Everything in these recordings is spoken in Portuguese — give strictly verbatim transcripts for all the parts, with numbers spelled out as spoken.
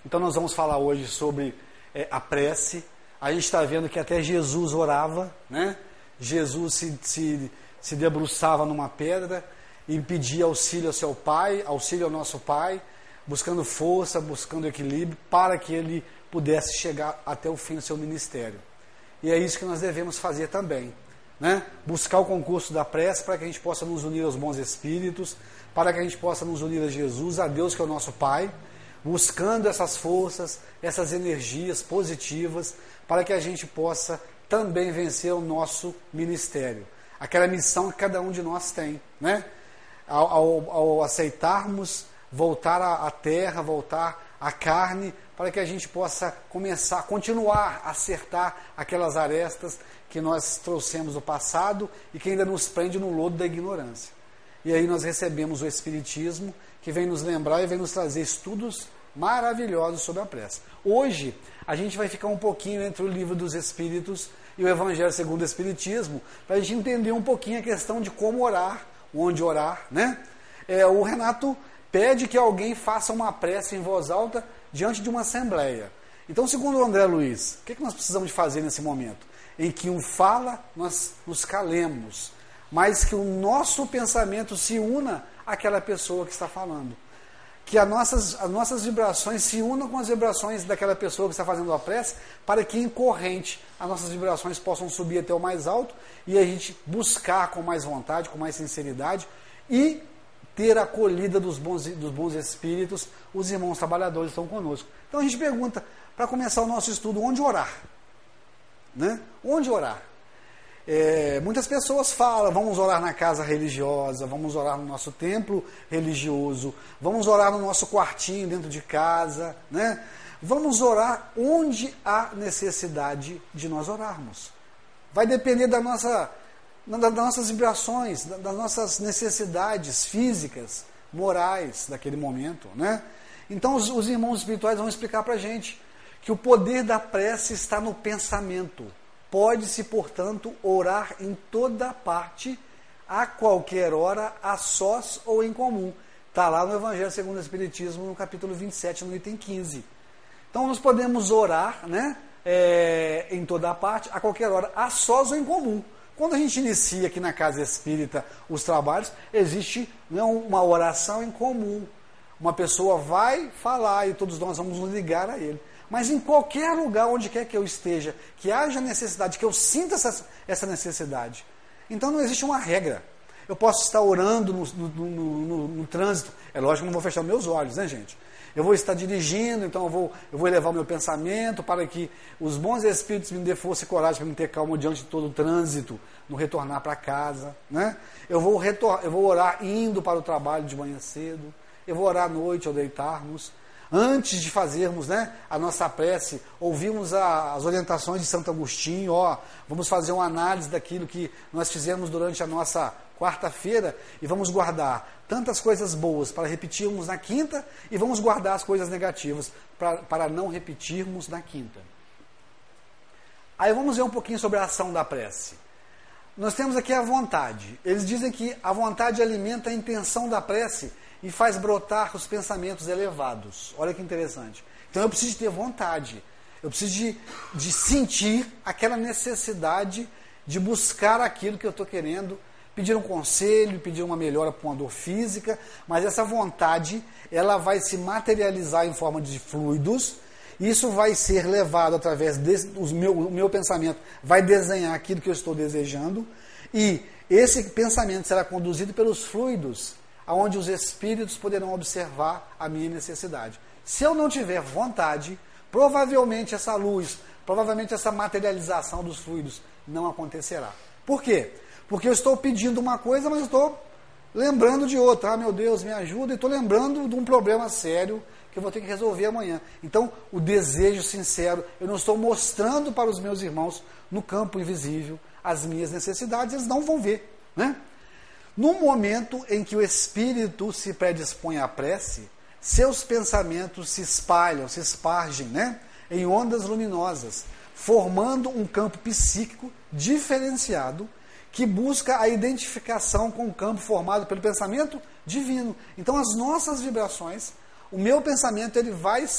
Então nós vamos falar hoje sobre é, a prece. A gente está vendo que até Jesus orava, né? Jesus se, se, se debruçava numa pedra e pedia auxílio ao seu Pai, auxílio ao nosso Pai, buscando força, buscando equilíbrio, para que ele pudesse chegar até o fim do seu ministério. E é isso que nós devemos fazer também, né? Buscar o concurso da prece para que a gente possa nos unir aos bons espíritos, para que a gente possa nos unir a Jesus, a Deus que é o nosso Pai, buscando essas forças, essas energias positivas, para que a gente possa também vencer o nosso ministério, aquela missão que cada um de nós tem, né? Ao, ao, ao aceitarmos voltar à, à terra, voltar à carne, para que a gente possa começar, continuar a acertar aquelas arestas que nós trouxemos do passado e que ainda nos prende no lodo da ignorância. E aí nós recebemos o Espiritismo, que vem nos lembrar e vem nos trazer estudos maravilhosos sobre a prece. Hoje, a gente vai ficar um pouquinho entre o Livro dos Espíritos e o Evangelho segundo o Espiritismo, para a gente entender um pouquinho a questão de como orar, onde orar, né? É, o Renato pede que alguém faça uma prece em voz alta diante de uma assembleia. Então, segundo o André Luiz, o que, é que nós precisamos de fazer nesse momento? Em que um fala, nós nos calemos, mas que o nosso pensamento se una àquela pessoa que está falando. Que as nossas, as nossas vibrações se unam com as vibrações daquela pessoa que está fazendo a prece, para que em corrente as nossas vibrações possam subir até o mais alto e a gente buscar com mais vontade, com mais sinceridade e ter a acolhida dos bons, dos bons espíritos. Os irmãos trabalhadores estão conosco. Então a gente pergunta, para começar o nosso estudo, onde orar? Né? Onde orar? É, muitas pessoas falam, vamos orar na casa religiosa, vamos orar no nosso templo religioso, vamos orar no nosso quartinho dentro de casa, né? Vamos orar onde há necessidade de nós orarmos. Vai depender da nossa, das nossas vibrações, das nossas necessidades físicas, morais daquele momento, né? Então os, os irmãos espirituais vão explicar para a gente que o poder da prece está no pensamento. Pode-se, portanto, orar em toda parte, a qualquer hora, a sós ou em comum. Está lá no Evangelho segundo o Espiritismo, no capítulo vinte e sete, no item quinze. Então, nós podemos orar, né, é, em toda parte, a qualquer hora, a sós ou em comum. Quando a gente inicia aqui na Casa Espírita os trabalhos, existe, né, uma oração em comum. Uma pessoa vai falar e todos nós vamos nos ligar a ele. Mas em qualquer lugar, onde quer que eu esteja, que haja necessidade, que eu sinta essa, essa necessidade. Então não existe uma regra. Eu posso estar orando no, no, no, no, no trânsito. É lógico que não vou fechar meus olhos, né, gente? Eu vou estar dirigindo, então eu vou, eu vou elevar o meu pensamento para que os bons espíritos me dê força e coragem para me ter calma diante de todo o trânsito, no retornar para casa, né? Eu vou, retor- eu vou orar indo para o trabalho de manhã cedo. Eu vou orar à noite ao deitarmos. Antes de fazermos, né, a nossa prece, ouvimos a, as orientações de Santo Agostinho, ó, vamos fazer uma análise daquilo que nós fizemos durante a nossa quarta-feira e vamos guardar tantas coisas boas para repetirmos na quinta e vamos guardar as coisas negativas para, para não repetirmos na quinta. Aí vamos ver um pouquinho sobre a ação da prece. Nós temos aqui a vontade. Eles dizem que a vontade alimenta a intenção da prece e faz brotar os pensamentos elevados. Olha que interessante. Então eu preciso de ter vontade. Eu preciso de, de sentir aquela necessidade de buscar aquilo que eu estou querendo, pedir um conselho, pedir uma melhora para uma dor física, mas essa vontade, ela vai se materializar em forma de fluidos. Isso vai ser levado através do meu, meu pensamento, vai desenhar aquilo que eu estou desejando, e esse pensamento será conduzido pelos fluidos, onde os espíritos poderão observar a minha necessidade. Se eu não tiver vontade, provavelmente essa luz, provavelmente essa materialização dos fluidos não acontecerá. Por quê? Porque eu estou pedindo uma coisa, mas eu estou lembrando de outra. Ah, meu Deus, me ajuda, e estou lembrando de um problema sério que eu vou ter que resolver amanhã. Então, o desejo sincero, eu não estou mostrando para os meus irmãos no campo invisível as minhas necessidades, eles não vão ver, né? No momento em que o espírito se predispõe à prece, seus pensamentos se espalham, se espargem, né, em ondas luminosas, formando um campo psíquico diferenciado que busca a identificação com o campo formado pelo pensamento divino. Então as nossas vibrações, o meu pensamento, ele vai se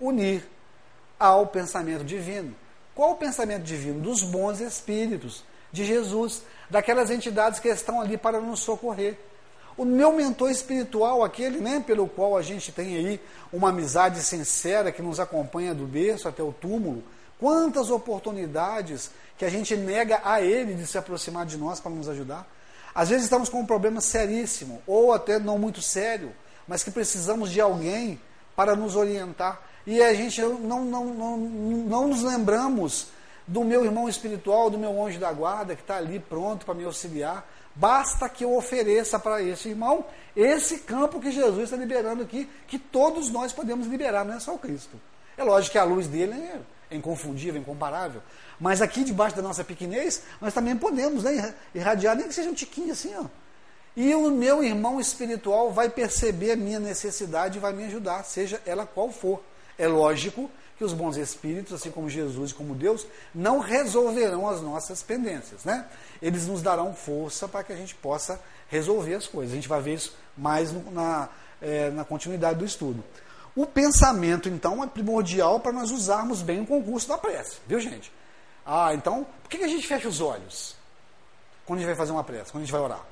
unir ao pensamento divino. Qual o pensamento divino? Dos bons espíritos de Jesus, daquelas entidades que estão ali para nos socorrer. O meu mentor espiritual, aquele, né, pelo qual a gente tem aí uma amizade sincera que nos acompanha do berço até o túmulo, quantas oportunidades que a gente nega a ele de se aproximar de nós para nos ajudar. Às vezes estamos com um problema seríssimo, ou até não muito sério, mas que precisamos de alguém para nos orientar. E a gente não, não, não, não nos lembramos do meu irmão espiritual, do meu anjo da guarda, que está ali pronto para me auxiliar. Basta que eu ofereça para esse irmão esse campo que Jesus está liberando aqui, que todos nós podemos liberar, não é só o Cristo. É lógico que a luz dele é inconfundível, incomparável, mas aqui debaixo da nossa pequenez, nós também podemos, né, irradiar, nem que seja um tiquinho assim, ó. E o meu irmão espiritual vai perceber a minha necessidade e vai me ajudar, seja ela qual for. É lógico que os bons espíritos, assim como Jesus e como Deus, não resolverão as nossas pendências, né? Eles nos darão força para que a gente possa resolver as coisas. A gente vai ver isso mais no, na, é, na continuidade do estudo. O pensamento, então, é primordial para nós usarmos bem o concurso da prece, viu, gente? Ah, então, por que a gente fecha os olhos quando a gente vai fazer uma prece, quando a gente vai orar?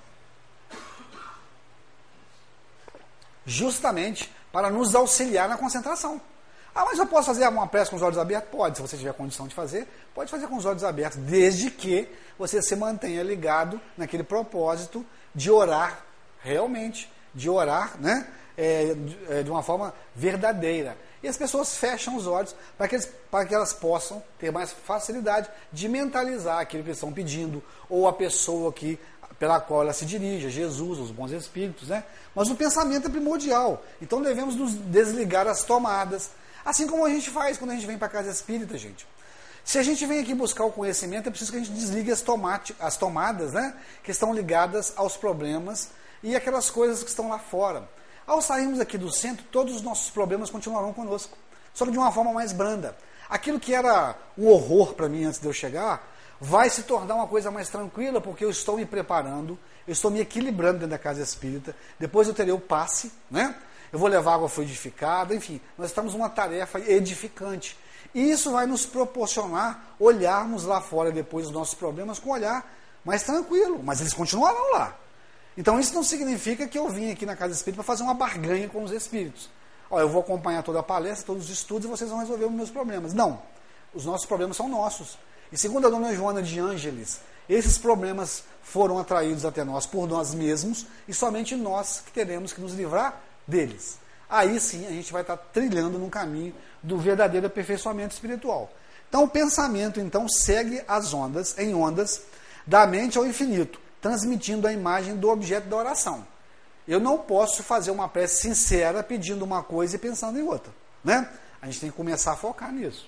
Justamente para nos auxiliar na concentração. Ah, mas eu posso fazer uma prece com os olhos abertos? Pode, se você tiver condição de fazer, pode fazer com os olhos abertos, desde que você se mantenha ligado naquele propósito de orar realmente, de orar, né, é, de, de uma forma verdadeira. E as pessoas fecham os olhos para que, eles, para que elas possam ter mais facilidade de mentalizar aquilo que eles estão pedindo, ou a pessoa que, pela qual ela se dirige, Jesus, os bons espíritos, né? Mas o pensamento é primordial. Então devemos nos desligar as tomadas, assim como a gente faz quando a gente vem para a casa espírita, gente. Se a gente vem aqui buscar o conhecimento, é preciso que a gente desligue as, tomate, as tomadas, né, que estão ligadas aos problemas e aquelas coisas que estão lá fora. Ao sairmos aqui do centro, todos os nossos problemas continuarão conosco, só que de uma forma mais branda. Aquilo que era um horror para mim antes de eu chegar, vai se tornar uma coisa mais tranquila, porque eu estou me preparando, eu estou me equilibrando dentro da casa espírita, depois eu terei o passe, né? Eu vou levar água fluidificada, enfim, nós estamos numa tarefa edificante. E isso vai nos proporcionar olharmos lá fora depois os nossos problemas com um olhar mais tranquilo, mas eles continuarão lá. Então isso não significa que eu vim aqui na casa espírita para fazer uma barganha com os espíritos. Ó, eu vou acompanhar toda a palestra, todos os estudos e vocês vão resolver os meus problemas. Não, os nossos problemas são nossos. E segundo a dona Joana de Ângeles, esses problemas foram atraídos até nós por nós mesmos e somente nós que teremos que nos livrar deles. Aí sim a gente vai estar trilhando no caminho do verdadeiro aperfeiçoamento espiritual. Então o pensamento então segue as ondas, em ondas, da mente ao infinito, transmitindo a imagem do objeto da oração. Eu não posso fazer uma prece sincera pedindo uma coisa e pensando em outra, né? A gente tem que começar a focar nisso.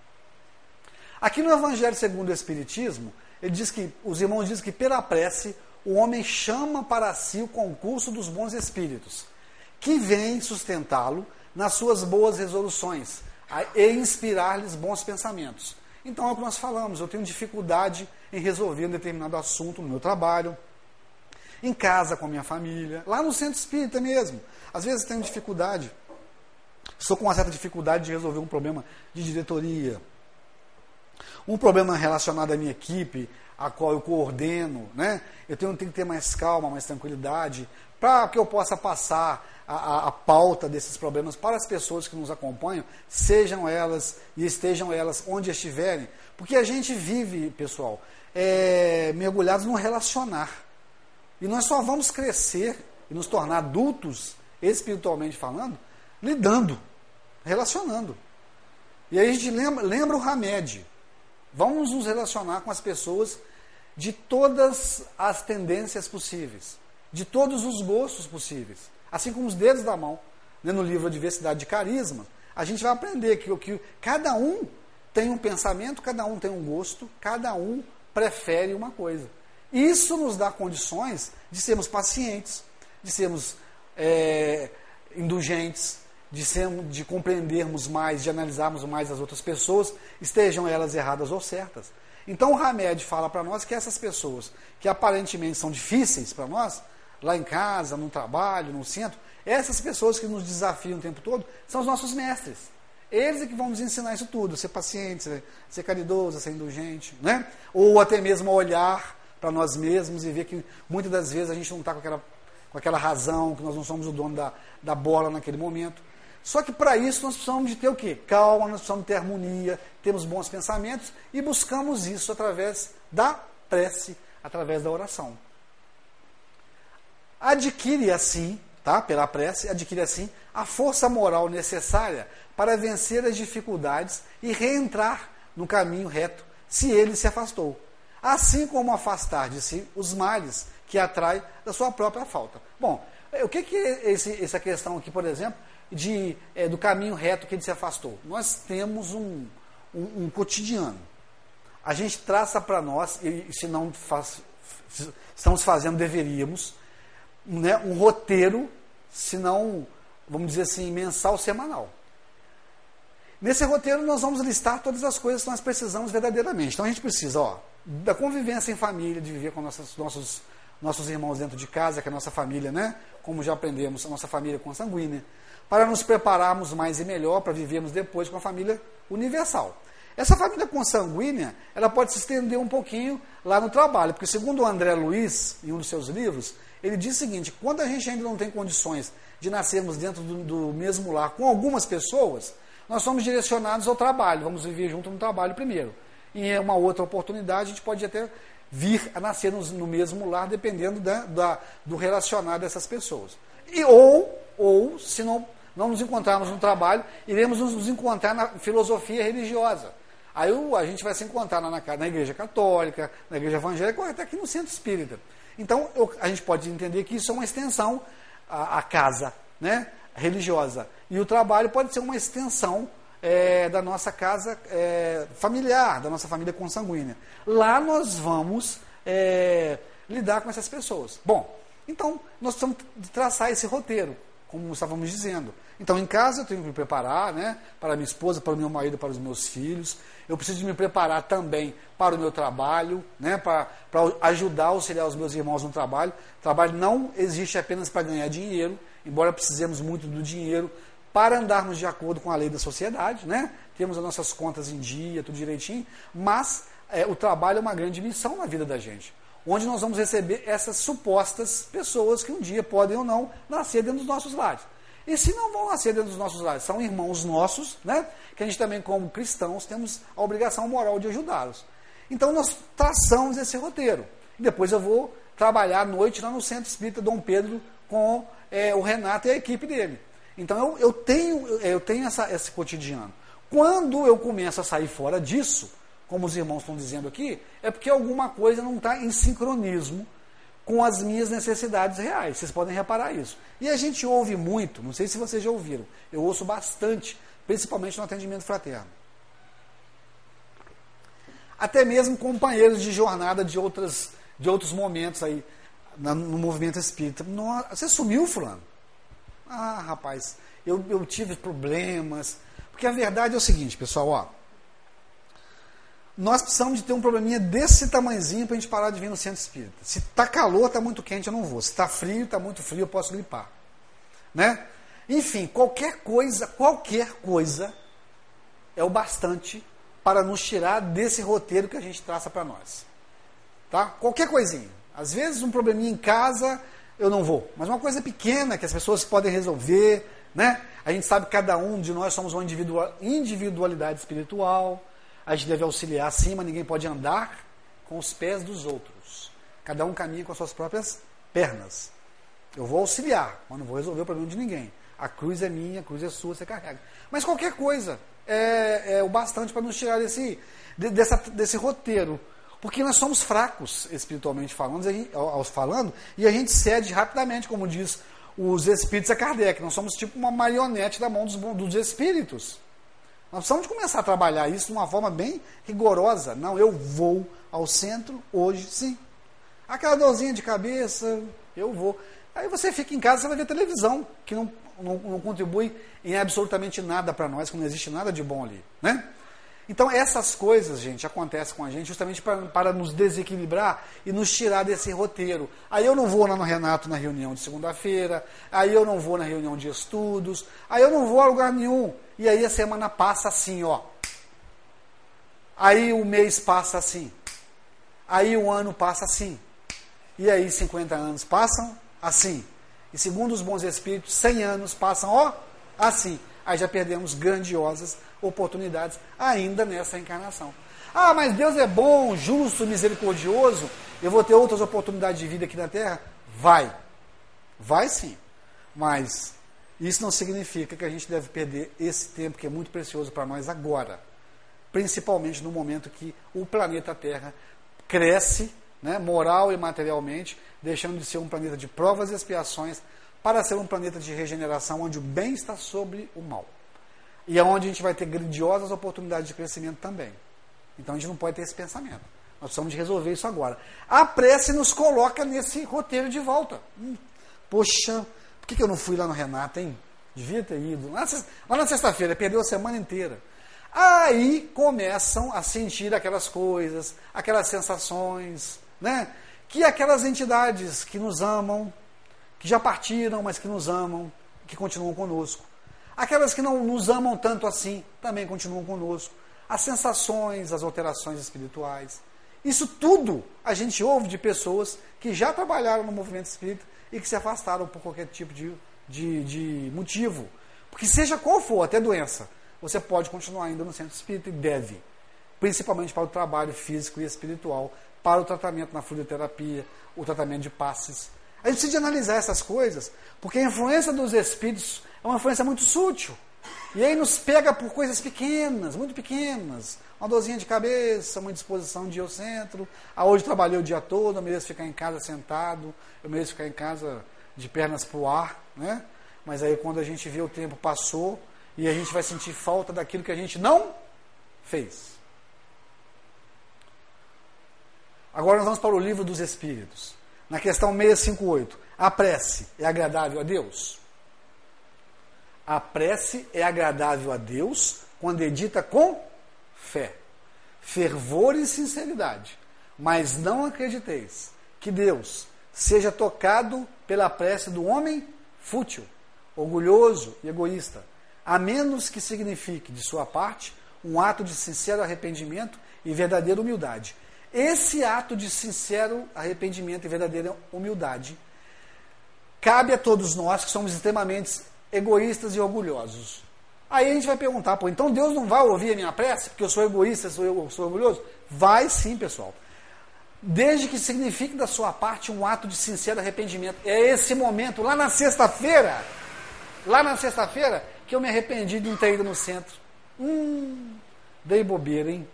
Aqui no Evangelho segundo o Espiritismo, ele diz que, os irmãos dizem que pela prece o homem chama para si o concurso dos bons espíritos, que vêm sustentá-lo nas suas boas resoluções e inspirar-lhes bons pensamentos. Então é o que nós falamos, eu tenho dificuldade em resolver um determinado assunto no meu trabalho, em casa com a minha família, lá no centro espírita mesmo. Às vezes tenho dificuldade, estou com uma certa dificuldade de resolver um problema de diretoria, um problema relacionado à minha equipe, a qual eu coordeno, né? Eu tenho, tenho que ter mais calma, mais tranquilidade, para que eu possa passar a, a, a pauta desses problemas para as pessoas que nos acompanham, sejam elas e estejam elas onde estiverem, porque a gente vive, pessoal, é, mergulhados no relacionar. E nós só vamos crescer e nos tornar adultos, espiritualmente falando, lidando, relacionando. E aí a gente lembra, lembra o Hamed. Vamos nos relacionar com as pessoas de todas as tendências possíveis, de todos os gostos possíveis, assim como os dedos da mão. Né, no livro A Diversidade de Carisma, a gente vai aprender que, que cada um tem um pensamento, cada um tem um gosto, cada um prefere uma coisa. Isso nos dá condições de sermos pacientes, de sermos é, indulgentes, de, sermos, de compreendermos mais, de analisarmos mais as outras pessoas, estejam elas erradas ou certas. Então o Hamed fala para nós que essas pessoas que aparentemente são difíceis para nós, lá em casa, no trabalho, no centro, essas pessoas que nos desafiam o tempo todo, são os nossos mestres. Eles é que vão nos ensinar isso tudo, a ser paciente, a ser caridoso, a ser indulgente, né? Ou até mesmo a olhar para nós mesmos e ver que muitas das vezes a gente não está com aquela, com aquela razão, que nós não somos o dono da, da bola naquele momento. Só que para isso nós precisamos de ter o quê? Calma, nós precisamos ter harmonia, termos bons pensamentos e buscamos isso através da prece, através da oração. Adquire assim, tá? Pela prece, adquire assim a força moral necessária para vencer as dificuldades e reentrar no caminho reto, se ele se afastou. Assim como afastar de si os males que atrai da sua própria falta. Bom, o que, que é esse, essa questão aqui, por exemplo, de, é, do caminho reto que ele se afastou? Nós temos um, um, um cotidiano. A gente traça para nós, e se não faz, se estamos fazendo, deveríamos, né, um roteiro, se não, vamos dizer assim, mensal, semanal. Nesse roteiro nós vamos listar todas as coisas que nós precisamos verdadeiramente. Então a gente precisa, ó, da convivência em família, de viver com nossos, nossos, nossos irmãos dentro de casa, que é a nossa família, né? Como já aprendemos, a nossa família consanguínea, para nos prepararmos mais e melhor para vivermos depois com a família universal. Essa família consanguínea, ela pode se estender um pouquinho lá no trabalho, porque segundo o André Luiz, em um dos seus livros, ele diz o seguinte: quando a gente ainda não tem condições de nascermos dentro do, do mesmo lar com algumas pessoas, nós somos direcionados ao trabalho, vamos viver junto no trabalho primeiro. E em uma outra oportunidade, a gente pode até vir a nascer no, no mesmo lar, dependendo da, da, do relacionar dessas pessoas. E, ou, ou, se não, não nos encontrarmos no trabalho, iremos nos, nos encontrar na filosofia religiosa. Aí a gente vai se encontrar na, na igreja católica, na igreja evangélica, ou até aqui no centro espírita. Então, eu, a gente pode entender que isso é uma extensão, a, a casa, né, religiosa. E o trabalho pode ser uma extensão é, da nossa casa é, familiar, da nossa família consanguínea. Lá nós vamos é, lidar com essas pessoas. Bom, então, nós precisamos traçar esse roteiro, como estávamos dizendo. Então, em casa eu tenho que me preparar, né, para a minha esposa, para o meu marido, para os meus filhos. Eu preciso de me preparar também para o meu trabalho, né, para, para ajudar, auxiliar os meus irmãos no trabalho. O trabalho não existe apenas para ganhar dinheiro, embora precisemos muito do dinheiro para andarmos de acordo com a lei da sociedade, né? Temos as nossas contas em dia, tudo direitinho, mas é, o trabalho é uma grande missão na vida da gente, onde nós vamos receber essas supostas pessoas que um dia podem ou não nascer dentro dos nossos lares. E se não vão nascer dentro dos nossos lares, são irmãos nossos, né? Que a gente também, como cristãos, temos a obrigação moral de ajudá-los. Então nós traçamos esse roteiro. E depois eu vou trabalhar à noite lá no Centro Espírita Dom Pedro com é, o Renato e a equipe dele. Então eu, eu tenho, eu tenho essa, esse cotidiano. Quando eu começo a sair fora disso, como os irmãos estão dizendo aqui, é porque alguma coisa não está em sincronismo com as minhas necessidades reais. Vocês podem reparar isso. E a gente ouve muito, não sei se vocês já ouviram, eu ouço bastante, principalmente no atendimento fraterno. Até mesmo companheiros de jornada de, outras, de outros momentos aí, no movimento espírita. Nossa, você sumiu, fulano? Ah, rapaz, eu, eu tive problemas. Porque a verdade é o seguinte, pessoal, ó. Nós precisamos de ter um probleminha desse tamanhozinho para a gente parar de vir no centro espírita. Se está calor, está muito quente, eu não vou. Se está frio, está muito frio, eu posso gripar. Né? Enfim, qualquer coisa, qualquer coisa é o bastante para nos tirar desse roteiro que a gente traça para nós. Tá? Qualquer coisinha. Às vezes um probleminha em casa, eu não vou. Mas uma coisa pequena que as pessoas podem resolver, né? A gente sabe que cada um de nós somos uma individualidade espiritual. A gente deve auxiliar sim, mas ninguém pode andar com os pés dos outros. Cada um caminha com as suas próprias pernas. Eu vou auxiliar, mas não vou resolver o problema de ninguém. A cruz é minha, a cruz é sua, você carrega. Mas qualquer coisa é, é o bastante para nos tirar desse, dessa, desse roteiro. Porque nós somos fracos, espiritualmente falando, aos falando, e a gente cede rapidamente, como diz os espíritos a Kardec. Nós somos tipo uma marionete da mão dos, dos espíritos. Nós precisamos de começar a trabalhar isso de uma forma bem rigorosa. Não, eu vou ao centro hoje, sim. Aquela dorzinha de cabeça, eu vou. Aí você fica em casa, você vai ver televisão, que não, não, não contribui em absolutamente nada para nós, que não existe nada de bom ali, né? Então essas coisas, gente, acontecem com a gente justamente para, para nos desequilibrar e nos tirar desse roteiro. Aí eu não vou lá no Renato na reunião de segunda-feira, aí eu não vou na reunião de estudos, aí eu não vou a lugar nenhum. e aí a semana passa assim, ó. Aí o mês passa assim. Aí o ano passa assim. E aí cinquenta anos passam assim. E segundo os bons espíritos, cem anos passam, ó, assim. Aí já perdemos grandiosas oportunidades ainda nessa encarnação. Ah, mas Deus é bom, justo, misericordioso, eu vou ter outras oportunidades de vida aqui na Terra? Vai. Vai sim. Mas isso não significa que a gente deve perder esse tempo que é muito precioso para nós agora. Principalmente no momento que o planeta Terra cresce, né, moral e materialmente, deixando de ser um planeta de provas e expiações para ser um planeta de regeneração onde o bem está sobre o mal. E é onde a gente vai ter grandiosas oportunidades de crescimento também. Então a gente não pode ter esse pensamento. Nós precisamos de resolver isso agora. A prece nos coloca nesse roteiro de volta. Hum, poxa, por que eu não fui lá no Renato, hein? Devia ter ido. Lá na sexta-feira, perdeu a semana inteira. Aí começam a sentir aquelas coisas, aquelas sensações, né? Que aquelas entidades que nos amam, que já partiram, mas que nos amam, que continuam conosco. Aquelas que não nos amam tanto assim, também continuam conosco. As sensações, as alterações espirituais. Isso tudo a gente ouve de pessoas que já trabalharam no movimento espírita e que se afastaram por qualquer tipo de, de, de motivo. Porque seja qual for, até doença, você pode continuar ainda no centro espírita e deve. Principalmente para o trabalho físico e espiritual, para o tratamento na fluidoterapia, o tratamento de passes. A gente precisa analisar essas coisas, porque a influência dos espíritos é uma influência muito sutil. E aí nos pega por coisas pequenas, muito pequenas. Uma dorzinha de cabeça, uma disposição de ir ao centro. Ah, hoje trabalhei o dia todo, eu mereço ficar em casa sentado, eu mereço ficar em casa de pernas para o ar, né? Mas aí quando a gente vê o tempo passou e a gente vai sentir falta daquilo que a gente não fez. Agora nós vamos para o livro dos Espíritos. Na questão seiscentos e cinquenta e oito, a prece é agradável a Deus? A prece é agradável a Deus quando é dita com fé, fervor e sinceridade. Mas não acrediteis que Deus seja tocado pela prece do homem fútil, orgulhoso e egoísta, a menos que signifique, de sua parte, um ato de sincero arrependimento e verdadeira humildade. Esse ato de sincero arrependimento e verdadeira humildade cabe a todos nós que somos extremamente egoístas e orgulhosos. Aí a gente vai perguntar, pô, então Deus não vai ouvir a minha prece porque eu sou egoísta, sou eu sou orgulhoso? Vai sim, pessoal. Desde que signifique da sua parte um ato de sincero arrependimento. É esse momento, lá na sexta-feira, lá na sexta-feira, que eu me arrependi de não ter ido no centro. Hum, dei bobeira, hein?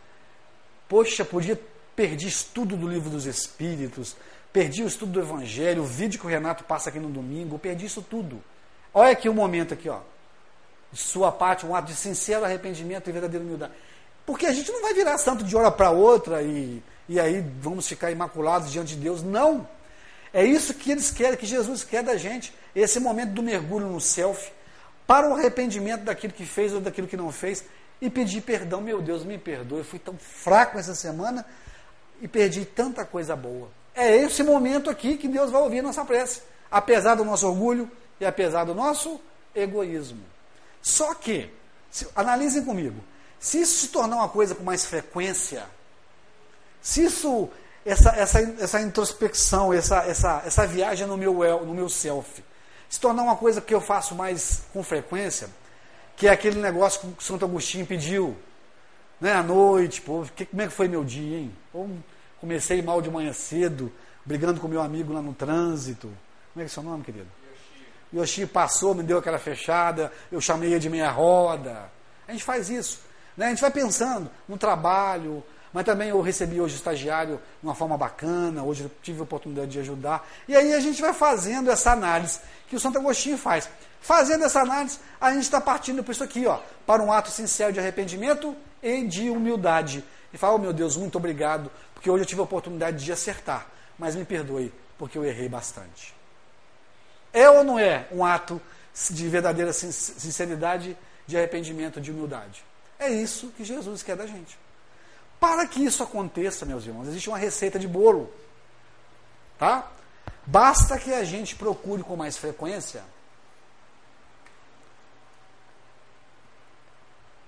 Poxa, podia perdi estudo do Livro dos Espíritos, perdi o estudo do Evangelho, o vídeo que o Renato passa aqui no domingo, perdi isso tudo. Olha aqui o momento aqui, ó. De sua parte, um ato de sincero arrependimento e verdadeira humildade. Porque a gente não vai virar santo de hora para outra e, e aí vamos ficar imaculados diante de Deus. Não. É isso que eles querem, que Jesus quer da gente. Esse momento do mergulho no self, para o arrependimento daquilo que fez ou daquilo que não fez e pedir perdão. Meu Deus, me perdoe, eu fui tão fraco essa semana e perdi tanta coisa boa. É esse momento aqui que Deus vai ouvir a nossa prece, apesar do nosso orgulho e apesar do nosso egoísmo. Só que, se, analisem comigo, se isso se tornar uma coisa com mais frequência, se isso, essa, essa, essa introspecção, essa, essa, essa viagem no meu, no meu self, se tornar uma coisa que eu faço mais com frequência, que é aquele negócio que o Santo Agostinho pediu, né, à noite, pô, que, como é que foi meu dia, hein? Ou comecei mal de manhã cedo, brigando com meu amigo lá no trânsito. Como é que é seu nome, querido? Yoshi. Yoshi passou, me deu aquela fechada, eu chamei ele de meia roda. A gente faz isso, né? A gente vai pensando no trabalho, mas também eu recebi hoje o estagiário de uma forma bacana, hoje eu tive a oportunidade de ajudar. E aí a gente vai fazendo essa análise que o Santo Agostinho faz. Fazendo essa análise, a gente está partindo para isso aqui, ó, para um ato sincero de arrependimento e de humildade. E fala, oh meu Deus, muito obrigado, porque hoje eu tive a oportunidade de acertar, mas me perdoe, porque eu errei bastante. É ou não é um ato de verdadeira sinceridade, de arrependimento, de humildade? É isso que Jesus quer da gente. Para que isso aconteça, meus irmãos, existe uma receita de bolo. Tá? Basta que a gente procure com mais frequência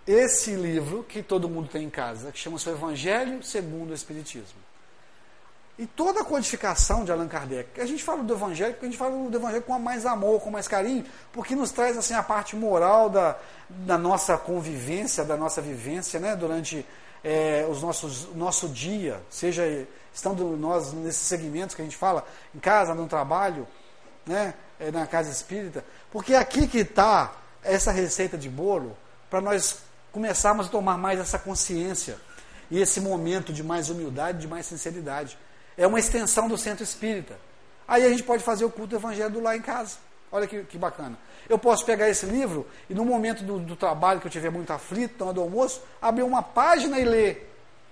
esse livro que todo mundo tem em casa, que chama-se o Evangelho segundo o Espiritismo. E toda a codificação de Allan Kardec, a gente fala do Evangelho, porque a gente fala do Evangelho com mais amor, com mais carinho, porque nos traz assim, a parte moral da, da nossa convivência, da nossa vivência, né, durante é, os nossos, o nosso dia, seja estando nós nesses segmentos que a gente fala, em casa, no trabalho, né, é, na casa espírita, porque é aqui que está essa receita de bolo, para nós começarmos a tomar mais essa consciência, e esse momento de mais humildade, de mais sinceridade. É uma extensão do centro espírita. Aí a gente pode fazer o culto do evangelho lá em casa. Olha que, que bacana. Eu posso pegar esse livro e no momento do, do trabalho que eu estiver muito aflito, na hora do almoço, abrir uma página e ler.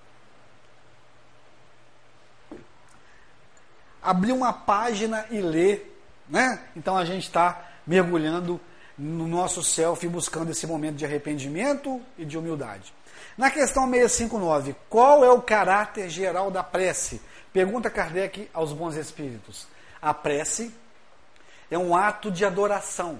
Abrir uma página e ler. Né? Então a gente está mergulhando no nosso self, buscando esse momento de arrependimento e de humildade. Na questão seiscentos e cinquenta e nove, qual é o caráter geral da prece? Pergunta Kardec aos bons espíritos. A prece é um ato de adoração.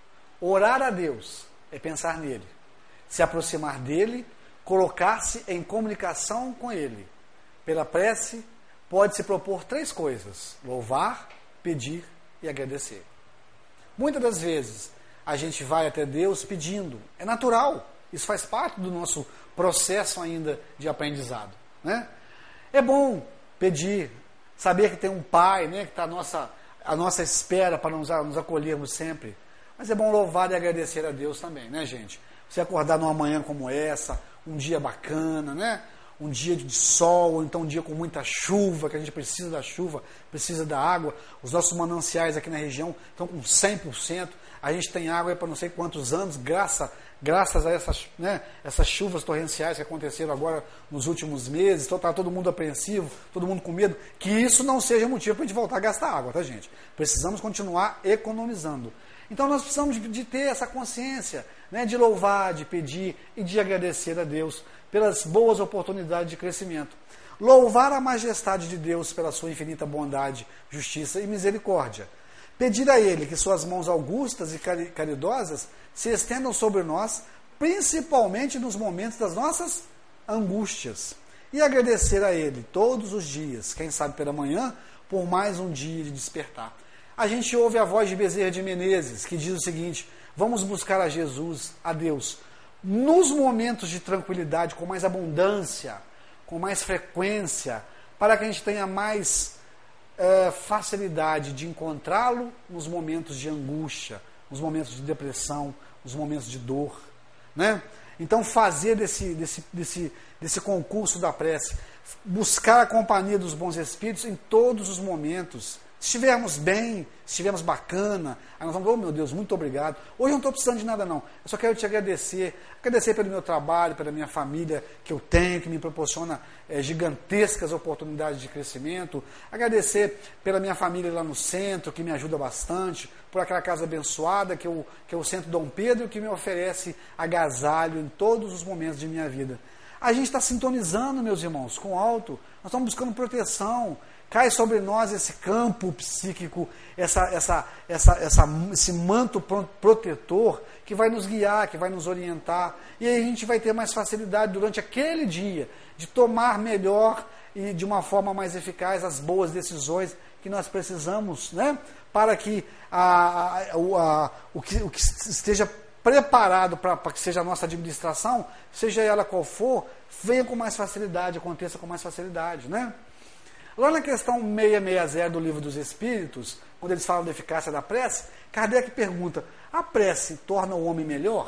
Orar a Deus é pensar nele, se aproximar dele, colocar-se em comunicação com ele. Pela prece, pode-se propor três coisas: louvar, pedir e agradecer. Muitas das vezes, a gente vai até Deus pedindo. É natural. Isso faz parte do nosso processo ainda de aprendizado. Né? É bom pedir, saber que tem um Pai, né, que está à nossa, à nossa espera para nos, nos acolhermos sempre. Mas é bom louvar e agradecer a Deus também, né, gente? Você acordar numa manhã como essa, um dia bacana, né? Um dia de sol, ou então um dia com muita chuva, que a gente precisa da chuva, precisa da água. Os nossos mananciais aqui na região estão com cem por cento. A gente tem água para não sei quantos anos, graças, graças a essas, né, essas chuvas torrenciais que aconteceram agora nos últimos meses. Então está todo mundo apreensivo, todo mundo com medo. Que isso não seja motivo para a gente voltar a gastar água, tá, gente? Precisamos continuar economizando. Então nós precisamos de, de ter essa consciência, né, de louvar, de pedir e de agradecer a Deus pelas boas oportunidades de crescimento. Louvar a majestade de Deus pela sua infinita bondade, justiça e misericórdia. Pedir a Ele que suas mãos augustas e caridosas se estendam sobre nós, principalmente nos momentos das nossas angústias. E agradecer a Ele todos os dias, quem sabe pela manhã, por mais um dia de despertar. A gente ouve a voz de Bezerra de Menezes, que diz o seguinte: vamos buscar a Jesus, a Deus, nos momentos de tranquilidade, com mais abundância, com mais frequência, para que a gente tenha mais é, facilidade de encontrá-lo nos momentos de angústia, nos momentos de depressão, nos momentos de dor. Né? Então, fazer desse, desse, desse, desse concurso da prece, buscar a companhia dos bons espíritos em todos os momentos. Se estivermos bem, se estivermos bacana, aí nós vamos, oh meu Deus, muito obrigado. Hoje eu não estou precisando de nada não, eu só quero te agradecer, agradecer pelo meu trabalho, pela minha família que eu tenho, que me proporciona é, gigantescas oportunidades de crescimento, agradecer pela minha família lá no centro, que me ajuda bastante, por aquela casa abençoada, que, eu, que é o Centro Dom Pedro, que me oferece agasalho em todos os momentos de minha vida. A gente está sintonizando, meus irmãos, com o alto, nós estamos buscando proteção. Cai sobre nós esse campo psíquico, essa, essa, essa, essa, esse manto protetor que vai nos guiar, que vai nos orientar. E aí a gente vai ter mais facilidade durante aquele dia de tomar melhor e de uma forma mais eficaz as boas decisões que nós precisamos, né? Para que, a, a, a, o, que o que esteja preparado para que seja a nossa administração, seja ela qual for, venha com mais facilidade, aconteça com mais facilidade, né? Lá na questão seiscentos e sessenta do Livro dos Espíritos, quando eles falam da eficácia da prece, Kardec pergunta: a prece torna o homem melhor?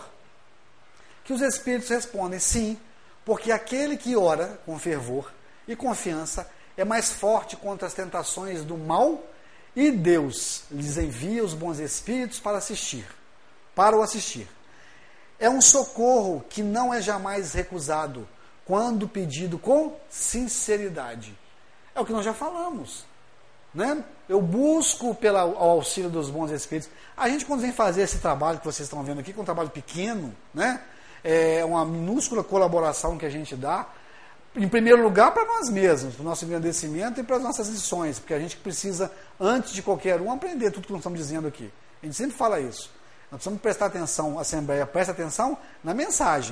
Que os Espíritos respondem: sim, porque aquele que ora com fervor e confiança é mais forte contra as tentações do mal, e Deus lhes envia os bons Espíritos para assistir, para o assistir. É um socorro que não é jamais recusado, quando pedido com sinceridade. É o que nós já falamos, né? Eu busco pelo auxílio dos bons espíritos. A gente, quando vem fazer esse trabalho que vocês estão vendo aqui, que é um trabalho pequeno, né? É uma minúscula colaboração que a gente dá, em primeiro lugar para nós mesmos, para o nosso engrandecimento e para as nossas lições, porque a gente precisa, antes de qualquer um, aprender tudo que nós estamos dizendo aqui. A gente sempre fala isso. Nós precisamos prestar atenção, a Assembleia presta atenção na mensagem,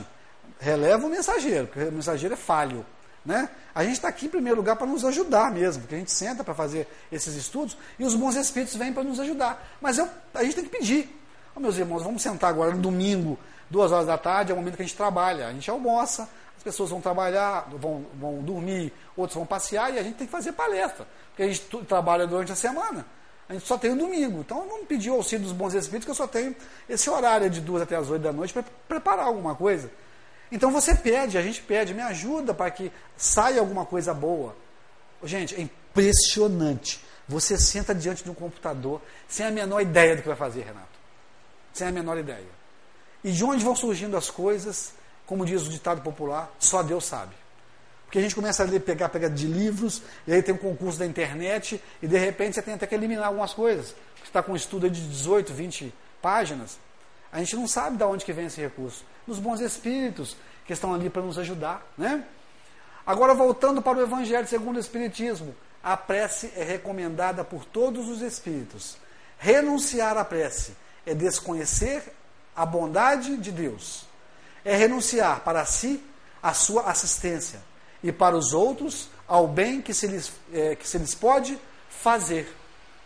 releva o mensageiro, porque o mensageiro é falho. Né? A gente está aqui em primeiro lugar para nos ajudar mesmo, porque a gente senta para fazer esses estudos e os bons espíritos vêm para nos ajudar. Mas eu, a gente tem que pedir. Oh, meus irmãos, vamos sentar agora no domingo, duas horas da tarde, é o momento que a gente trabalha. A gente almoça, as pessoas vão trabalhar, vão, vão dormir, outros vão passear e a gente tem que fazer palestra, porque a gente trabalha durante a semana. A gente só tem o domingo. Então vamos pedir o auxílio dos bons espíritos, que eu só tenho esse horário de duas até as oito da noite para preparar alguma coisa. Então você pede, a gente pede, me ajuda para que saia alguma coisa boa. Gente, é impressionante. Você senta diante de um computador sem a menor ideia do que vai fazer, Renato. Sem a menor ideia. E de onde vão surgindo as coisas, como diz o ditado popular, só Deus sabe. Porque a gente começa a ler, pegar, pegar de livros, e aí tem um concurso da internet, e de repente você tem até que eliminar algumas coisas. Você está com um estudo de dezoito, vinte páginas, a gente não sabe de onde que vem esse recurso. Dos bons espíritos que estão ali para nos ajudar. Né? Agora, voltando para o Evangelho segundo o Espiritismo, a prece é recomendada por todos os espíritos. Renunciar à prece é desconhecer a bondade de Deus. É renunciar para si a sua assistência e para os outros ao bem que se lhes, é, que se lhes pode fazer.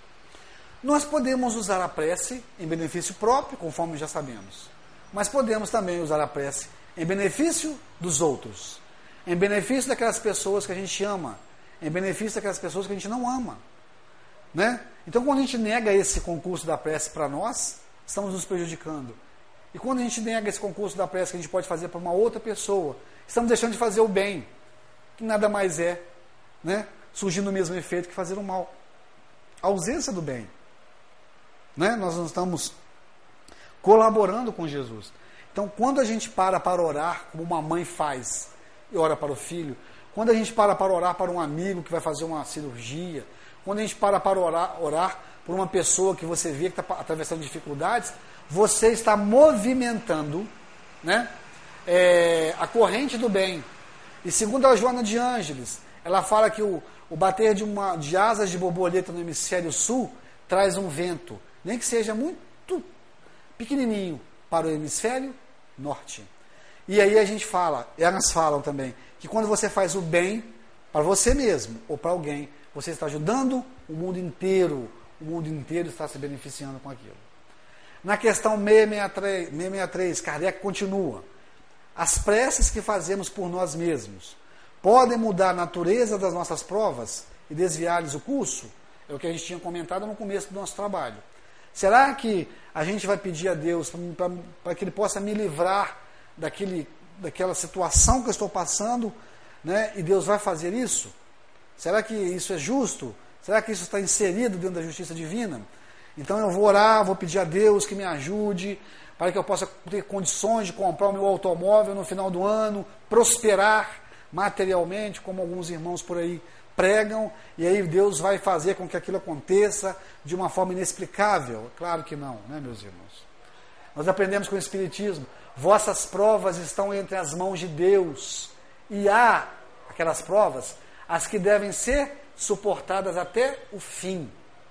Nós podemos usar a prece em benefício próprio, conforme já sabemos. Mas podemos também usar a prece em benefício dos outros. Em benefício daquelas pessoas que a gente ama. Em benefício daquelas pessoas que a gente não ama. Né? Então, quando a gente nega esse concurso da prece para nós, estamos nos prejudicando. E quando a gente nega esse concurso da prece que a gente pode fazer para uma outra pessoa, estamos deixando de fazer o bem, que nada mais é, né? Surgindo o mesmo efeito que fazer o mal. A ausência do bem. Né? Nós não estamos colaborando com Jesus. Então, quando a gente para para orar, como uma mãe faz, e ora para o filho, quando a gente para para orar para um amigo que vai fazer uma cirurgia, quando a gente para para orar, orar por uma pessoa que você vê que está atravessando dificuldades, você está movimentando, né, é, a corrente do bem. E segundo a Joana de Ângeles, ela fala que o, o bater de, uma, de asas de borboleta no hemisfério sul traz um vento, nem que seja muito pequenininho, para o hemisfério norte. E aí a gente fala, elas falam também, que quando você faz o bem para você mesmo ou para alguém, você está ajudando o mundo inteiro, o mundo inteiro está se beneficiando com aquilo. Na questão seiscentos e sessenta e três, Kardec continua: as preces que fazemos por nós mesmos podem mudar a natureza das nossas provas e desviar-lhes o curso? É o que a gente tinha comentado no começo do nosso trabalho. Será que a gente vai pedir a Deus para que Ele possa me livrar daquele, daquela situação que eu estou passando, né? E Deus vai fazer isso? Será que isso é justo? Será que isso está inserido dentro da justiça divina? Então eu vou orar, vou pedir a Deus que me ajude, para que eu possa ter condições de comprar o meu automóvel no final do ano, prosperar materialmente, como alguns irmãos por aí pregam, e aí Deus vai fazer com que aquilo aconteça de uma forma inexplicável? Claro que não, né, meus irmãos? Nós aprendemos com o Espiritismo, vossas provas estão entre as mãos de Deus, e há aquelas provas, as que devem ser suportadas até o fim.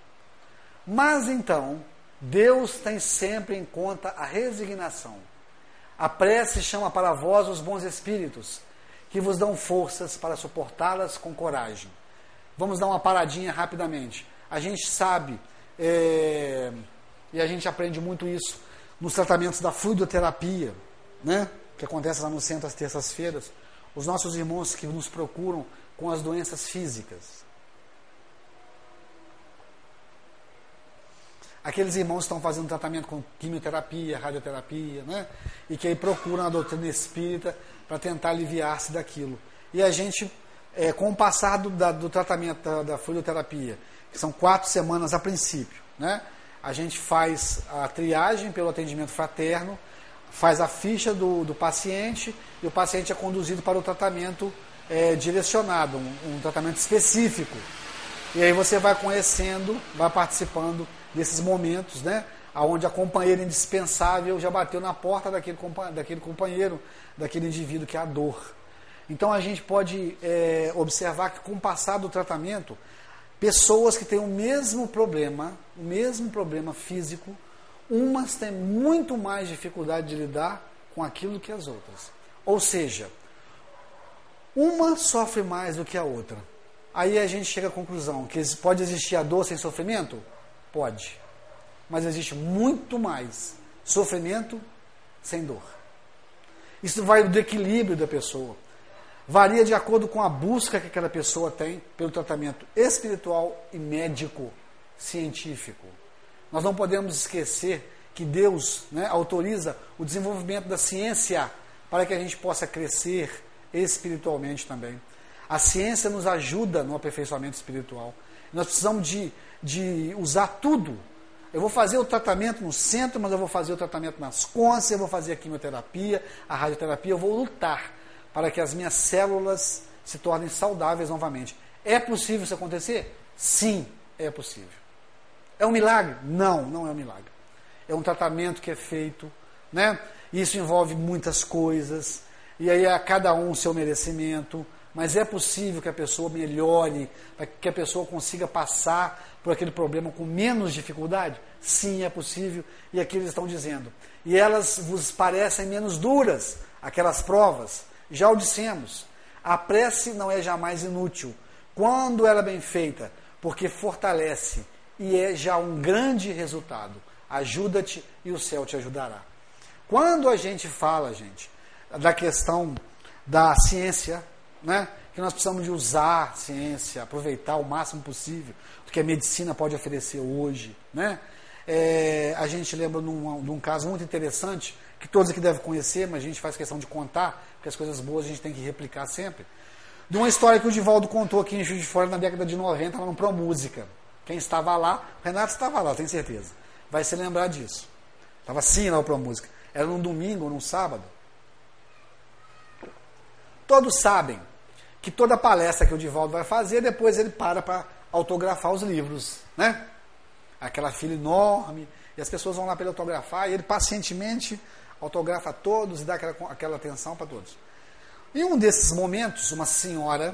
Mas então, Deus tem sempre em conta a resignação. A prece chama para vós os bons espíritos, que vos dão forças para suportá-las com coragem. Vamos dar uma paradinha rapidamente. A gente sabe, é, e a gente aprende muito isso, nos tratamentos da fluidoterapia, né, que acontece lá no centro às terças-feiras, os nossos irmãos que nos procuram com as doenças físicas. Aqueles irmãos que estão fazendo tratamento com quimioterapia, radioterapia, né? E que aí procuram a doutrina espírita para tentar aliviar-se daquilo. E a gente, é, com o passar do, da, do tratamento da, da fluidoterapia, que são quatro semanas a princípio, né? A gente faz a triagem pelo atendimento fraterno, faz a ficha do, do paciente e o paciente é conduzido para o tratamento é, direcionado, um, um tratamento específico. E aí você vai conhecendo, vai participando desses momentos, né, onde a companheira indispensável já bateu na porta daquele, daquele companheiro, daquele indivíduo que é a dor. Então a gente pode é, observar que com o passar do tratamento, pessoas que têm o mesmo problema, o mesmo problema físico, umas têm muito mais dificuldade de lidar com aquilo que as outras. Ou seja, uma sofre mais do que a outra. Aí a gente chega à conclusão que pode existir a dor sem sofrimento? Pode. Mas existe muito mais sofrimento sem dor. Isso vai do equilíbrio da pessoa. Varia de acordo com a busca que aquela pessoa tem pelo tratamento espiritual e médico, científico. Nós não podemos esquecer que Deus, né, autoriza o desenvolvimento da ciência para que a gente possa crescer espiritualmente também. A ciência nos ajuda no aperfeiçoamento espiritual. Nós precisamos de, de usar tudo. Eu vou fazer o tratamento no centro, mas eu vou fazer o tratamento nas cônscias, eu vou fazer a quimioterapia, a radioterapia, eu vou lutar para que as minhas células se tornem saudáveis novamente. É possível isso acontecer? Sim, é possível. É um milagre? Não, não é um milagre. É um tratamento que é feito, né? Isso envolve muitas coisas, e aí a cada um o seu merecimento, mas é possível que a pessoa melhore, que a pessoa consiga passar por aquele problema com menos dificuldade? Sim, é possível, e aqui eles estão dizendo. E elas vos parecem menos duras, aquelas provas. Já o dissemos, a prece não é jamais inútil, quando ela é bem feita, porque fortalece, e é já um grande resultado. Ajuda-te e o céu te ajudará. Quando a gente fala, gente, da questão da ciência, né, que nós precisamos de usar a ciência, aproveitar o máximo possível do que a medicina pode oferecer hoje, né? É, a gente lembra num, num caso muito interessante, que todos aqui devem conhecer, mas a gente faz questão de contar, porque as coisas boas a gente tem que replicar sempre, de uma história que o Divaldo contou aqui em Juiz de Fora na década de noventa, lá no Pro Música. Quem estava lá, o Renato estava lá, tenho certeza, vai se lembrar disso. Estava assim lá o Pro Música. Era num domingo ou num sábado. Todos sabem que toda palestra que o Divaldo vai fazer, depois ele para para autografar os livros, né? Aquela fila enorme, e as pessoas vão lá para ele autografar, e ele pacientemente autografa todos e dá aquela, aquela atenção para todos. Em um desses momentos, uma senhora,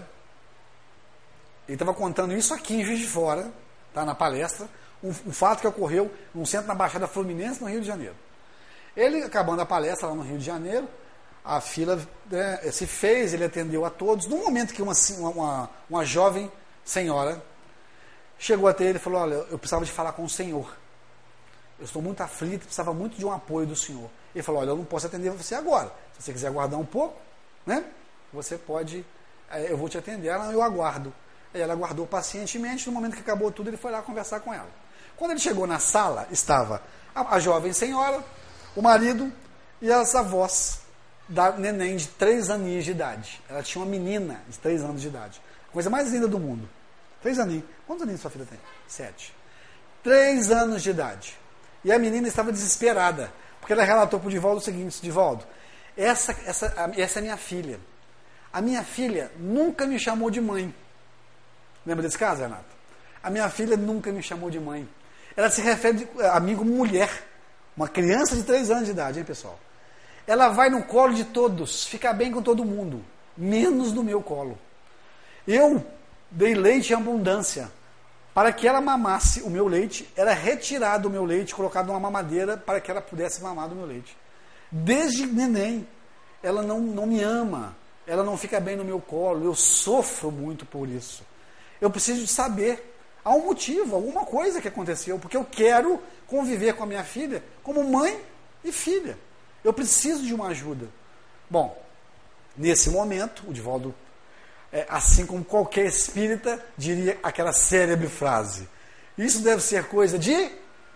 ele estava contando isso aqui em Juiz de Fora, tá, na palestra, um, um fato que ocorreu num centro na Baixada Fluminense, no Rio de Janeiro. Ele, acabando a palestra lá no Rio de Janeiro, a fila, né, se fez, ele atendeu a todos. No momento que uma, uma, uma jovem senhora chegou até ele e falou: olha, eu precisava de falar com o senhor. Eu estou muito aflito, precisava muito de um apoio do senhor. Ele falou: olha, eu não posso atender você agora. Se você quiser aguardar um pouco, né, você pode, eu vou te atender. Ela, eu aguardo. Aí ela aguardou pacientemente. No momento que acabou tudo, ele foi lá conversar com ela. Quando ele chegou na sala, estava a, a jovem senhora, o marido e as avós da neném de três aninhos de idade. Ela tinha uma menina de três anos de idade. Coisa mais linda do mundo. Três aninhos. Quantos aninhos sua filha tem? Sete. Três anos de idade. E a menina estava desesperada, porque ela relatou para o Divaldo o seguinte: Divaldo, essa, essa, essa é minha filha. A minha filha nunca me chamou de mãe. Lembra desse caso, Renato? A minha filha nunca me chamou de mãe. Ela se refere a mim como mulher. Uma criança de três anos de idade, hein, pessoal? Ela vai no colo de todos, fica bem com todo mundo, menos no meu colo. Eu dei leite em abundância. Para que ela mamasse o meu leite, era retirado o meu leite, colocado numa mamadeira para que ela pudesse mamar do meu leite. Desde neném, ela não, não me ama, ela não fica bem no meu colo, eu sofro muito por isso. Eu preciso de saber, há um motivo, alguma coisa que aconteceu, porque eu quero conviver com a minha filha como mãe e filha. Eu preciso de uma ajuda. Bom, nesse momento, o Divaldo, é, assim como qualquer espírita, diria aquela célebre frase: isso deve ser coisa de...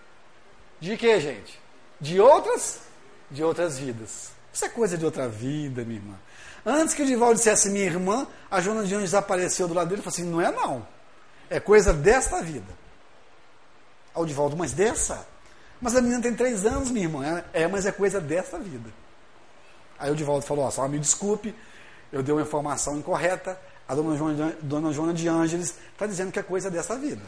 De quê, gente? De outras? De outras vidas. Isso é coisa de outra vida, minha irmã. Antes que o Divaldo dissesse minha irmã, a Joana de Anjos apareceu do lado dele e falou assim: não é não. É coisa desta vida. Ao Divaldo, mas dessa? Mas a menina tem três anos, minha irmã. É, mas é coisa desta vida. Aí o Divaldo falou: ó, só me desculpe, eu dei uma informação incorreta. A dona Joana, dona Joana de Ângeles está dizendo que é coisa dessa vida.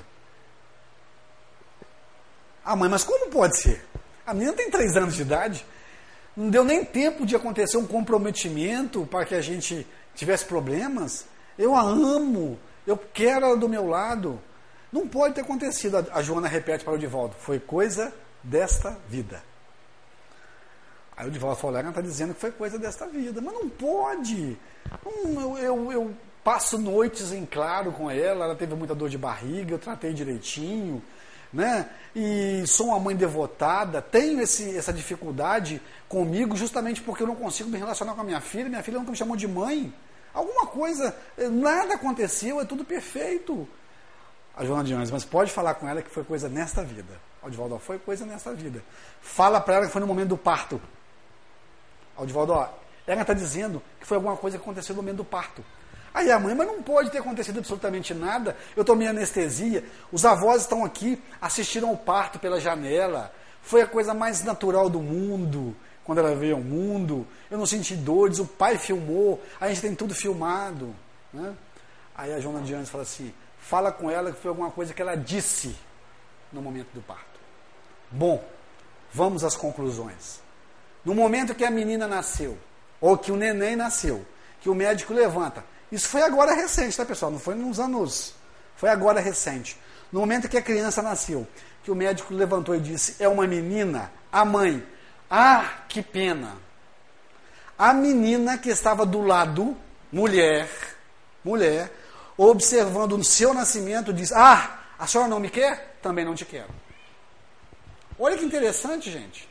Ah, mãe, mas como pode ser? A menina tem três anos de idade. Não deu nem tempo de acontecer um comprometimento para que a gente tivesse problemas. Eu a amo, eu quero ela do meu lado. Não pode ter acontecido. A Joana repete para o Divaldo: foi coisa desta vida. Aí o Divaldo falou, ela está dizendo que foi coisa desta vida. Mas não pode. Hum, eu, eu, eu passo noites em claro com ela, ela teve muita dor de barriga, eu tratei direitinho, né? E sou uma mãe devotada, tenho esse, essa dificuldade comigo justamente porque eu não consigo me relacionar com a minha filha, minha filha nunca me chamou de mãe. Alguma coisa, nada aconteceu, é tudo perfeito. A Joana de Anjos, mas pode falar com ela que foi coisa nesta vida. O Divaldo, foi coisa nesta vida. Fala para ela que foi no momento do parto. O Divaldo, ó, ela está dizendo que foi alguma coisa que aconteceu no momento do parto. Aí a mãe, mas não pode ter acontecido absolutamente nada, eu tomei anestesia, os avós estão aqui, assistiram ao parto pela janela, foi a coisa mais natural do mundo, quando ela veio ao mundo, eu não senti dores, o pai filmou, a gente tem tudo filmado. Né? Aí a Joana de Anjos fala assim, fala com ela que foi alguma coisa que ela disse no momento do parto. Bom, vamos às conclusões. No momento que a menina nasceu, ou que o neném nasceu, que o médico levanta, isso foi agora recente, tá pessoal? Não foi nos anos, foi agora recente. No momento que a criança nasceu, que o médico levantou e disse, é uma menina, a mãe, ah, que pena. A menina que estava do lado, mulher, mulher, observando o seu nascimento, diz, ah, a senhora não me quer? Também não te quero. Olha que interessante, gente.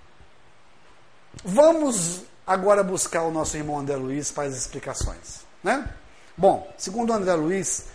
Vamos agora buscar o nosso irmão André Luiz para as explicações. Né? Bom, segundo o André Luiz,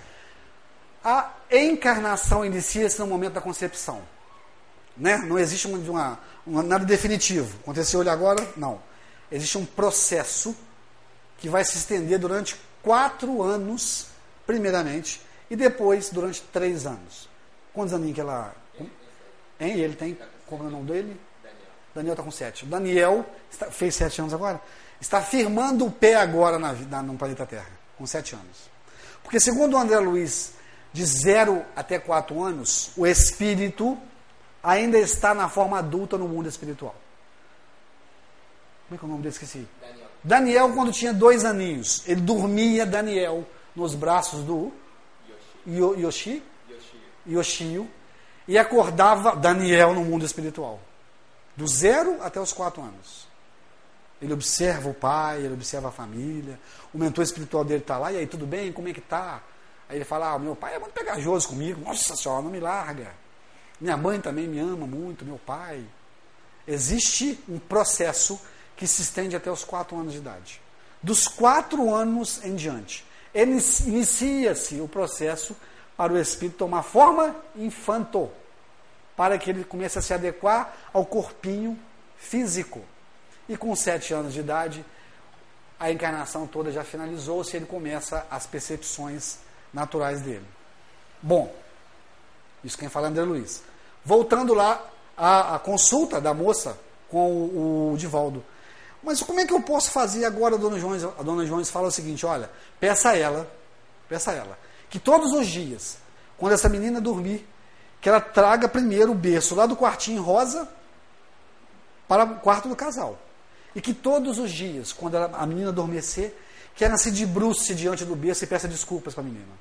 a encarnação inicia-se no momento da concepção. Né? Não existe uma, uma, uma, nada definitivo. Aconteceu ele agora? Não. Existe um processo que vai se estender durante quatro anos, primeiramente, e depois durante três anos. Quantos aninhos que ela... Hein? Ele tem... Como é o nome dele? Daniel está com sete. O Daniel está, fez sete anos agora. Está firmando o pé agora na, na, no planeta Terra, com sete anos. Porque segundo o André Luiz, de zero até quatro anos, o espírito ainda está na forma adulta no mundo espiritual. Como é que é o nome dele? Esqueci. Daniel. Daniel, quando tinha dois aninhos, ele dormia, Daniel, nos braços do Yoshi, Yoshi? Yoshio, e acordava Daniel no mundo espiritual. Do zero até os quatro anos. Ele observa o pai, ele observa a família, o mentor espiritual dele está lá, e aí, tudo bem? Como é que está? Aí ele fala, ah, meu pai é muito pegajoso comigo, nossa senhora, não me larga. Minha mãe também me ama muito, meu pai. Existe um processo que se estende até os quatro anos de idade. Dos quatro anos em diante, inicia-se o processo para o espírito tomar forma infanto, para que ele comece a se adequar ao corpinho físico. E com sete anos de idade, a encarnação toda já finalizou-se, ele começa as percepções naturais dele. Bom, isso quem fala é André Luiz. Voltando lá à, à consulta da moça com o, o Divaldo. Mas como é que eu posso fazer agora, a dona Jones? A dona Jones fala o seguinte, olha, peça a ela, peça a ela, que todos os dias, quando essa menina dormir, que ela traga primeiro o berço lá do quartinho rosa para o quarto do casal. E que todos os dias, quando ela, a menina adormecer, que ela se debruce diante do berço e peça desculpas para a menina.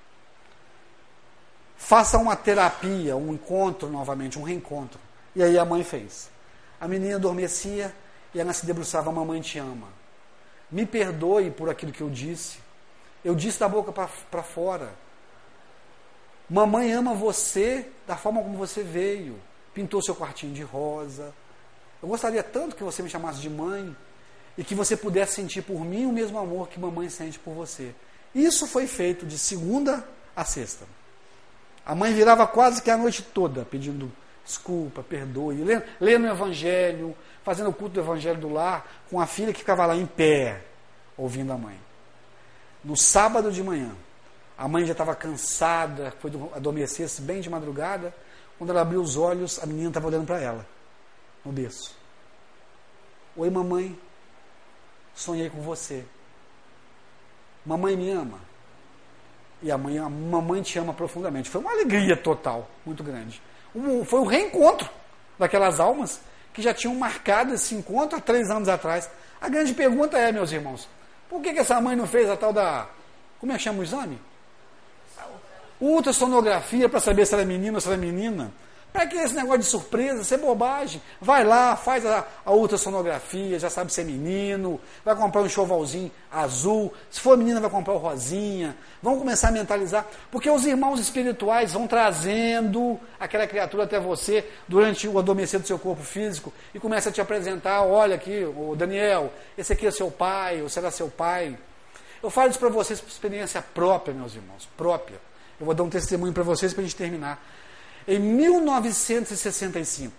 Faça uma terapia, um encontro novamente, um reencontro. E aí a mãe fez. A menina adormecia e ela se debruçava, mamãe te ama. Me perdoe por aquilo que eu disse. Eu disse da boca para fora. Mamãe ama você da forma como você veio. Pintou seu quartinho de rosa. Eu gostaria tanto que você me chamasse de mãe e que você pudesse sentir por mim o mesmo amor que mamãe sente por você. Isso foi feito de segunda a sexta. A mãe virava quase que a noite toda pedindo desculpa, perdoe, lendo, lendo o evangelho, fazendo o culto do evangelho do lar, com a filha que ficava lá em pé, ouvindo a mãe. No sábado de manhã, a mãe já estava cansada, foi adormecer-se bem de madrugada, quando ela abriu os olhos, a menina estava olhando para ela, no berço. Oi, mamãe, sonhei com você. Mamãe me ama. E a mãe, a mamãe te ama profundamente. Foi uma alegria total, muito grande. Um, foi um reencontro daquelas almas que já tinham marcado esse encontro há três anos atrás. A grande pergunta é, meus irmãos, por que, que essa mãe não fez a tal da... Como é que chama o exame? Ultrassonografia para saber se era menino ou se era menina. Para que esse negócio de surpresa? Isso é bobagem. Vai lá, faz a, a ultrassonografia, já sabe se é menino, vai comprar um enxovalzinho azul, se for menina vai comprar o rosinha. Vamos começar a mentalizar, porque os irmãos espirituais vão trazendo aquela criatura até você durante o adormecer do seu corpo físico e começa a te apresentar, olha aqui, o Daniel, esse aqui é seu pai, ou será seu pai. Eu falo isso para vocês por experiência própria, meus irmãos, própria. Eu vou dar um testemunho para vocês para a gente terminar. Em mil novecentos e sessenta e cinco,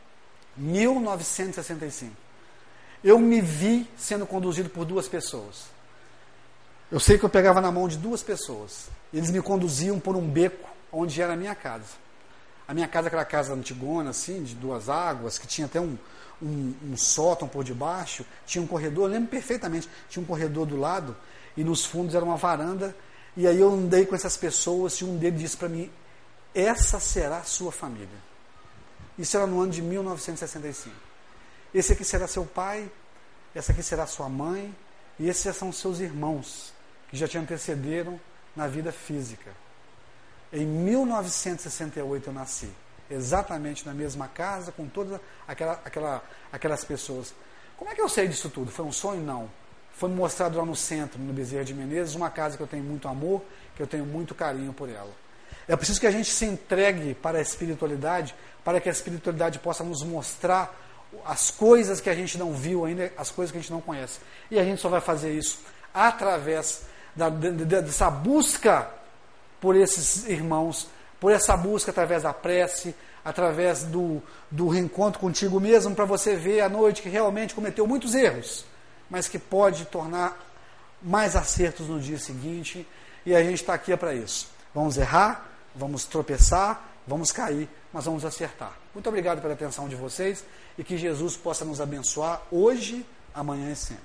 mil novecentos e sessenta e cinco, eu me vi sendo conduzido por duas pessoas. Eu sei que eu pegava na mão de duas pessoas. Eles me conduziam por um beco onde era a minha casa. A minha casa, aquela casa antigona, assim, de duas águas, que tinha até um, um, um sótão por debaixo, tinha um corredor, eu lembro perfeitamente, tinha um corredor do lado, e nos fundos era uma varanda, e aí eu andei com essas pessoas, e um deles disse para mim, essa será a sua família. Isso era no ano de mil novecentos e sessenta e cinco. Esse aqui será seu pai, essa aqui será sua mãe, e esses já são seus irmãos, que já te antecederam na vida física. Em mil novecentos e sessenta e oito eu nasci, exatamente na mesma casa, com todas aquela, aquela, aquelas pessoas. Como é que eu sei disso tudo? Foi um sonho? Não. Foi me mostrado lá no centro, no Bezerra de Menezes, uma casa que eu tenho muito amor, que eu tenho muito carinho por ela. É preciso que a gente se entregue para a espiritualidade, para que a espiritualidade possa nos mostrar as coisas que a gente não viu ainda, as coisas que a gente não conhece. E a gente só vai fazer isso através da, de, de, dessa busca por esses irmãos, por essa busca através da prece, através do, do reencontro contigo mesmo, para você ver à noite que realmente cometeu muitos erros, mas que pode tornar mais acertos no dia seguinte, e a gente está aqui para isso. Vamos errar, vamos tropeçar, vamos cair, mas vamos acertar. Muito obrigado pela atenção de vocês e que Jesus possa nos abençoar hoje, amanhã e sempre.